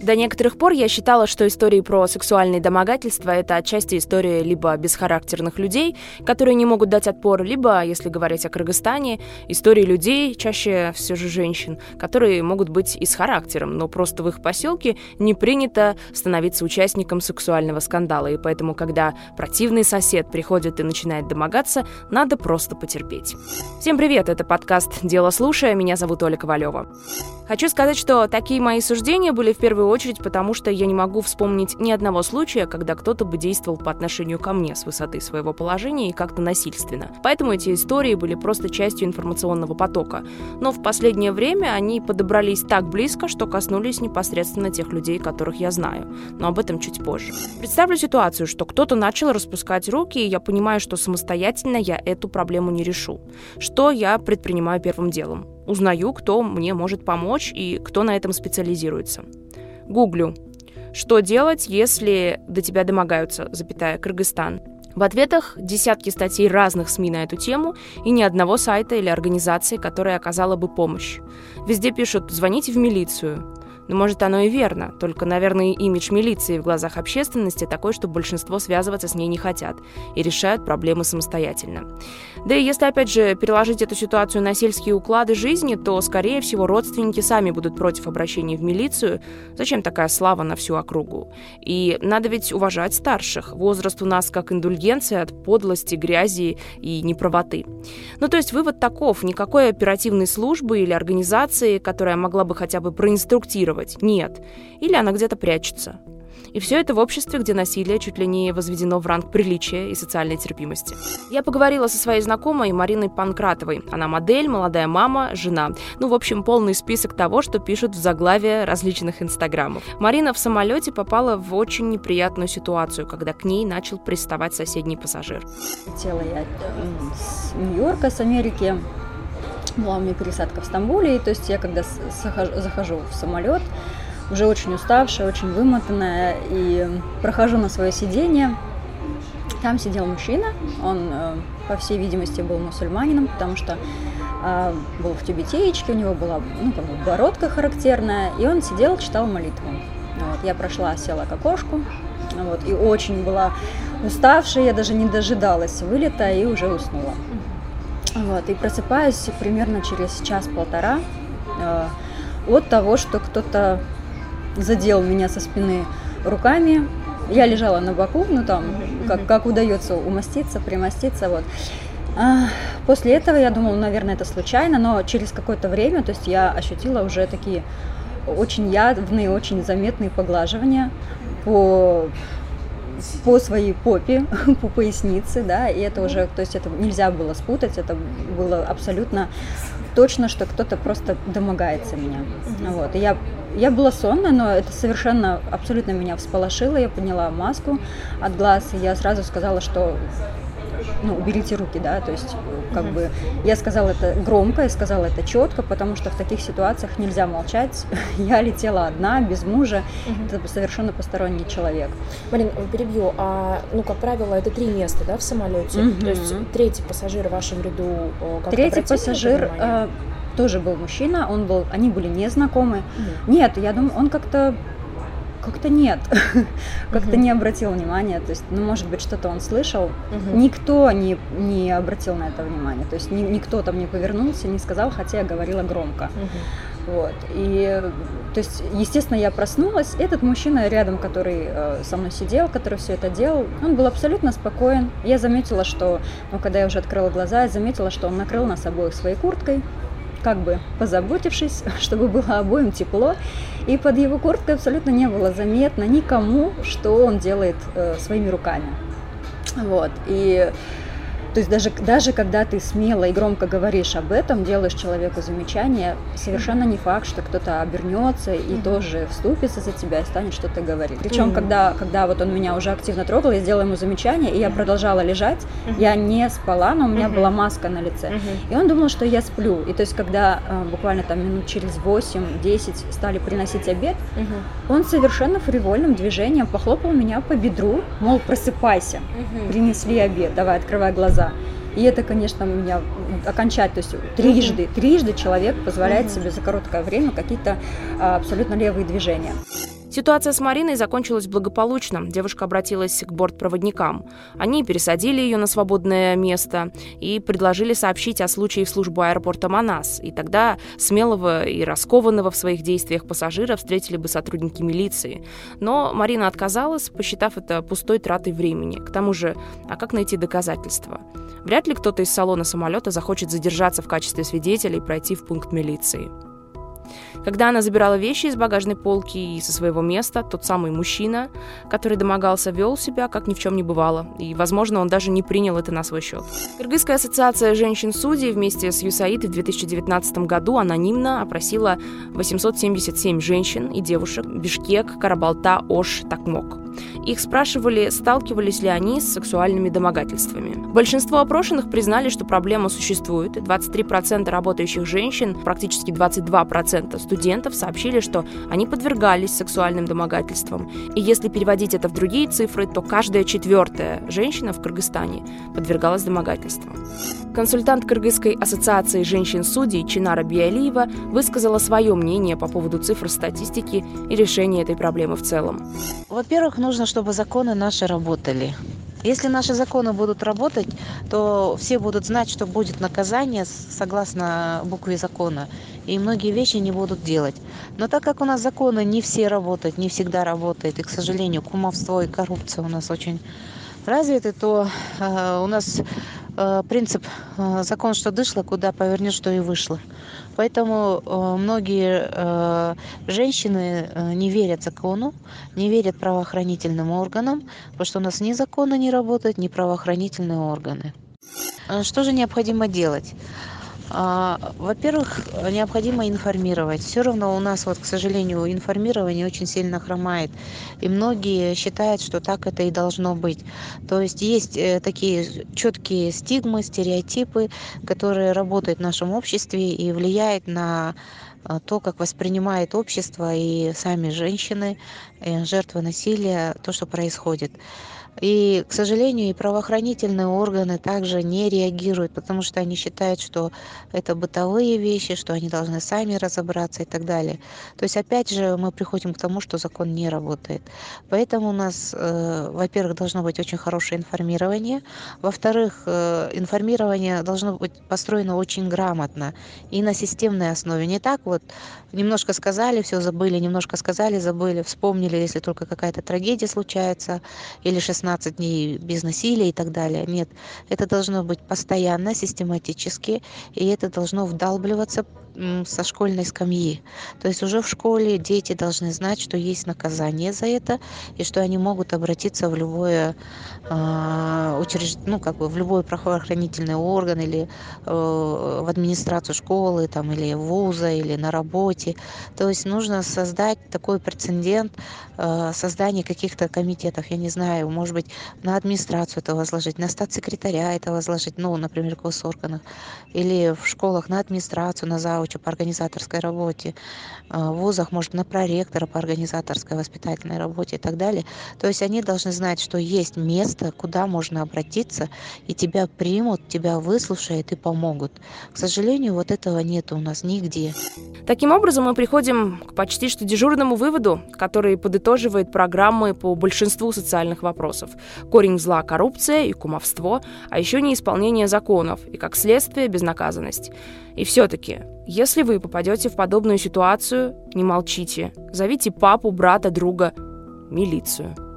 До некоторых пор я считала, что истории про сексуальные домогательства – это отчасти история либо бесхарактерных людей, которые не могут дать отпор, либо, если говорить о Кыргызстане, истории людей, чаще все же женщин, которые могут быть и с характером, но просто в их поселке не принято становиться участником сексуального скандала, и поэтому, когда противный сосед приходит и начинает домогаться, надо просто потерпеть. Всем привет, это подкаст «Дело слушая», меня зовут Оля Ковалева. Хочу сказать, что такие мои суждения были в первую очередь потому, что я не могу вспомнить ни одного случая, когда кто-то бы действовал по отношению ко мне с высоты своего положения и как-то насильственно. Поэтому эти истории были просто частью информационного потока. Но в последнее время они подобрались так близко, что коснулись непосредственно тех людей, которых я знаю. Но об этом чуть позже. Представлю ситуацию, что кто-то начал распускать руки, и я понимаю, что самостоятельно я эту проблему не решу. Что я предпринимаю первым делом? Узнаю, кто мне может помочь и кто на этом специализируется. Гуглю. Что делать, если до тебя домогаются, Кыргызстан? В ответах десятки статей разных СМИ на эту тему и ни одного сайта или организации, которая оказала бы помощь. Везде пишут «звоните в милицию». Но, может, оно и верно, только, наверное, имидж милиции в глазах общественности такой, что большинство связываться с ней не хотят и решают проблемы самостоятельно. Да и если, опять же, переложить эту ситуацию на сельские уклады жизни, то, скорее всего, родственники сами будут против обращения в милицию. Зачем такая слава на всю округу? И надо ведь уважать старших. Возраст у нас как индульгенция от подлости, грязи и неправоты. Ну, то есть вывод таков: никакой оперативной службы или организации, которая могла бы хотя бы проинструктировать, нет. Или она где-то прячется. И все это в обществе, где насилие чуть ли не возведено в ранг приличия и социальной терпимости. Я поговорила со своей знакомой Мариной Панкратовой. Она модель, молодая мама, жена. Ну, в общем, полный список того, что пишут в заглавие различных инстаграмов. Марина в самолете попала в очень неприятную ситуацию, когда к ней начал приставать соседний пассажир. Летела я с Нью-Йорка, с Америки. Была у меня пересадка в Стамбуле, и то есть я когда захожу в самолет, уже очень уставшая, очень вымотанная, и прохожу на свое сиденье. Там сидел мужчина, он, по всей видимости, был мусульманином, потому что был в тюбетеечке, у него была бородка характерная, и он сидел, читал молитву. Вот, я прошла, села к окошку, и очень была уставшая, я даже не дожидалась вылета и уже уснула. И просыпаюсь примерно через час-полтора от того, что кто-то задел меня со спины руками. Я лежала на боку, как удается умоститься, примоститься. После этого я думала, наверное, это случайно, но через какое-то время, то есть я ощутила уже такие очень явные, очень заметные поглаживания по своей попе, по пояснице, да, и это уже, то есть это нельзя было спутать, это было абсолютно точно, что кто-то просто домогается меня. И я была сонная, но это совершенно, абсолютно меня всполошило, я подняла маску от глаз, и я сразу сказала, что уберите руки, да, то есть я сказала это громко, я сказала это четко, потому что в таких ситуациях нельзя молчать. Я летела одна, без мужа, это совершенно посторонний человек. Марин, перебью, как правило, это 3 места, да, в самолете, то есть третий пассажир в вашем ряду как-то Третий пассажир тоже был мужчина, они были незнакомы. Нет, я думаю, он как-то нет, как-то не обратил внимания, то есть, может быть, что-то он слышал, никто не обратил на это внимание, то есть никто там не повернулся, не сказал, хотя я говорила громко. И, то есть, естественно, я проснулась, этот мужчина рядом, который со мной сидел, который все это делал, он был абсолютно спокоен. Я заметила, что, когда я уже открыла глаза, я заметила, что он накрыл нас обоих своей курткой, как бы позаботившись, чтобы было обоим тепло, и под его курткой абсолютно не было заметно никому, что он делает своими руками. И то есть даже когда ты смело и громко говоришь об этом, делаешь человеку замечание, совершенно не факт, что кто-то обернется и тоже вступится за тебя и станет что-то говорить. Причем, когда он меня уже активно трогал, я сделала ему замечание, и я продолжала лежать, я не спала, но у меня была маска на лице. И он думал, что я сплю. И то есть, когда буквально минут через 8-10 стали приносить обед, он совершенно фривольным движением похлопал меня по бедру, мол, просыпайся, принесли обед, давай, открывай глаза. И это, конечно, меня окончательно, то есть трижды человек позволяет себе за короткое время какие-то абсолютно левые движения. Ситуация с Мариной закончилась благополучно. Девушка обратилась к бортпроводникам. Они пересадили ее на свободное место и предложили сообщить о случае в службу аэропорта Манас. И тогда смелого и раскованного в своих действиях пассажира встретили бы сотрудники милиции. Но Марина отказалась, посчитав это пустой тратой времени. К тому же, а как найти доказательства? Вряд ли кто-то из салона самолета захочет задержаться в качестве свидетеля и пройти в пункт милиции. Когда она забирала вещи из багажной полки и со своего места, тот самый мужчина, который домогался, вел себя, как ни в чем не бывало. И, возможно, он даже не принял это на свой счет. Кыргызская ассоциация женщин-судей вместе с ЮСАИД в 2019 году анонимно опросила 877 женщин и девушек Бишкек, Карабалта, Ош, Токмок. Их спрашивали, сталкивались ли они с сексуальными домогательствами. Большинство опрошенных признали, что проблема существует. 23% работающих женщин, практически 22% студентов сообщили, что они подвергались сексуальным домогательствам. И если переводить это в другие цифры, то каждая 4-я женщина в Кыргызстане подвергалась домогательствам. Консультант Кыргызской ассоциации женщин-судей Чинара Биалиева высказала свое мнение по поводу цифр статистики и решения этой проблемы в целом. Во-первых, нужно, чтобы законы наши работали. Если наши законы будут работать, то все будут знать, что будет наказание согласно букве закона, и многие вещи не будут делать. Но так как у нас законы не все работают, не всегда работают, и, к сожалению, кумовство и коррупция у нас очень развиты, то у нас принцип «закон, что дышло, куда повернешь, что и вышло». Поэтому многие женщины не верят закону, не верят правоохранительным органам, потому что у нас ни законы не работают, ни правоохранительные органы. Что же необходимо делать? Во-первых, необходимо информировать. Все равно у нас, к сожалению, информирование очень сильно хромает. И многие считают, что так это и должно быть. То есть есть такие четкие стигмы, стереотипы, которые работают в нашем обществе и влияют на то, как воспринимает общество и сами женщины, жертвы насилия, то, что происходит. И, к сожалению, и правоохранительные органы также не реагируют, потому что они считают, что это бытовые вещи, что они должны сами разобраться и так далее. То есть, опять же, мы приходим к тому, что закон не работает. Поэтому у нас, во-первых, должно быть очень хорошее информирование. Во-вторых, информирование должно быть построено очень грамотно и на системной основе. Не так немножко сказали, все забыли, немножко сказали, забыли, вспомнили, если только какая-то трагедия случается, или 16 дней без насилия и так далее. Нет, это должно быть постоянно, систематически, и это должно вдалбливаться со школьной скамьи. То есть уже в школе дети должны знать, что есть наказание за это, и что они могут обратиться в любое в любой правоохранительный орган, или в администрацию школы, или вуза, или на работе. То есть нужно создать такой прецедент создания каких-то комитетов, я не знаю, может быть, на администрацию это возложить, на статс-секретаря это возложить, например, в госорганах, или в школах на администрацию, на зауча по организаторской работе, в вузах, может, на проректора по организаторской воспитательной работе и так далее. То есть они должны знать, что есть место, куда можно обратиться, и тебя примут, тебя выслушают и помогут. К сожалению, этого нет у нас нигде. Таким образом, мы приходим к почти что дежурному выводу, который подытоживает программы по большинству социальных вопросов. Корень зла – коррупция и кумовство, а еще неисполнение законов и, как следствие, безнаказанность. И все-таки, если вы попадете в подобную ситуацию, не молчите. Зовите папу, брата, друга, милицию.